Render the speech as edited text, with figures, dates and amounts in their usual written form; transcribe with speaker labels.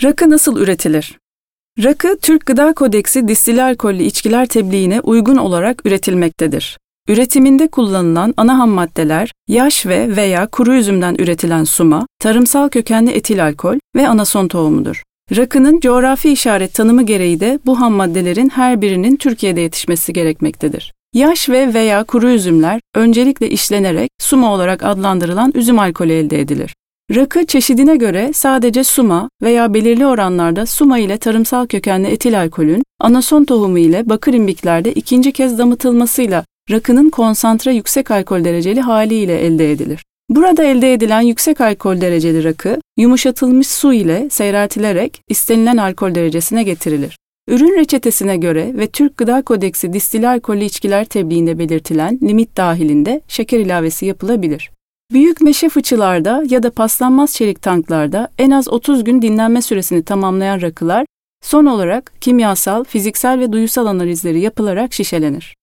Speaker 1: Rakı nasıl üretilir? Rakı, Türk Gıda Kodeksi distil alkollü içkiler tebliğine uygun olarak üretilmektedir. Üretiminde kullanılan ana hammaddeler, yaş ve veya kuru üzümden üretilen suma, tarımsal kökenli etil alkol ve anason tohumudur. Rakının coğrafi işaret tanımı gereği de bu hammaddelerin her birinin Türkiye'de yetişmesi gerekmektedir. Yaş ve veya kuru üzümler öncelikle işlenerek suma olarak adlandırılan üzüm alkolü elde edilir. Rakı çeşidine göre sadece suma veya belirli oranlarda suma ile tarımsal kökenli etil alkolün anason tohumu ile bakır imbiklerde ikinci kez damıtılmasıyla rakının konsantre yüksek alkol dereceli haliyle elde edilir. Burada elde edilen yüksek alkol dereceli rakı, yumuşatılmış su ile seyreltilerek istenilen alkol derecesine getirilir. Ürün reçetesine göre ve Türk Gıda Kodeksi distil alkollü içkiler tebliğinde belirtilen limit dahilinde şeker ilavesi yapılabilir. Büyük meşe fıçılarda ya da paslanmaz çelik tanklarda en az 30 gün dinlenme süresini tamamlayan rakılar, son olarak kimyasal, fiziksel ve duyusal analizleri yapılarak şişelenir.